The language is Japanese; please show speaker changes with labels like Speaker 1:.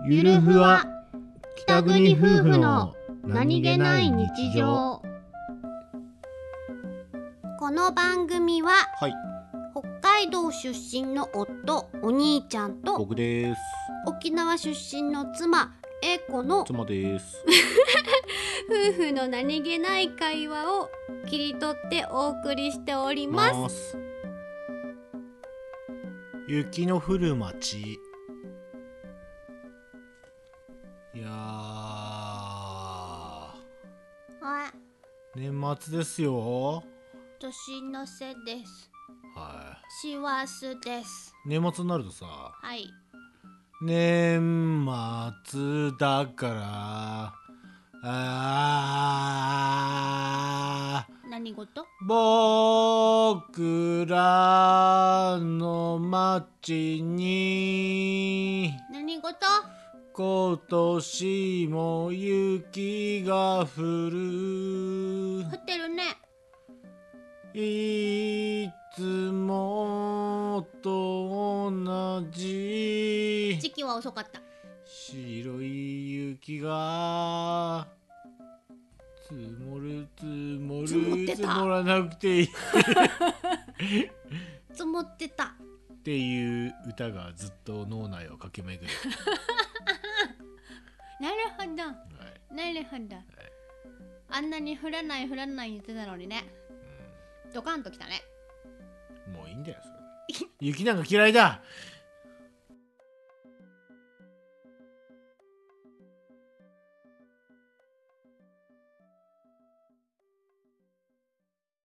Speaker 1: ゆるふわ北国夫婦の何気ない日常。
Speaker 2: この番組は
Speaker 1: はい、
Speaker 2: 北海道出身の夫お兄ちゃんと
Speaker 1: 僕です。
Speaker 2: 沖縄出身の妻英子の
Speaker 1: 妻です。
Speaker 2: 夫婦の何気ない会話を切り取ってお送りしております。
Speaker 1: 雪の降る街。いや年末ですよ。
Speaker 2: 年の瀬です。
Speaker 1: は
Speaker 2: 師走です。
Speaker 1: い。年末になるとさ、
Speaker 2: はい。
Speaker 1: 年末だから
Speaker 2: 何事？
Speaker 1: 僕らの町に
Speaker 2: 何事？
Speaker 1: 今年も雪が降る。
Speaker 2: 降ってるね。
Speaker 1: いつもと同じ
Speaker 2: 時期は遅かった。
Speaker 1: 白い雪が積もる積もる
Speaker 2: 積もってた。
Speaker 1: 積もらなくていい
Speaker 2: 積もってた
Speaker 1: っていう歌がずっと脳内を駆け巡る
Speaker 2: なるほど、
Speaker 1: はい、
Speaker 2: なるほど、はい、あんなに降らない言ってたのにね、ドカンときたね。
Speaker 1: もういいんだよそれ雪なんか嫌いだ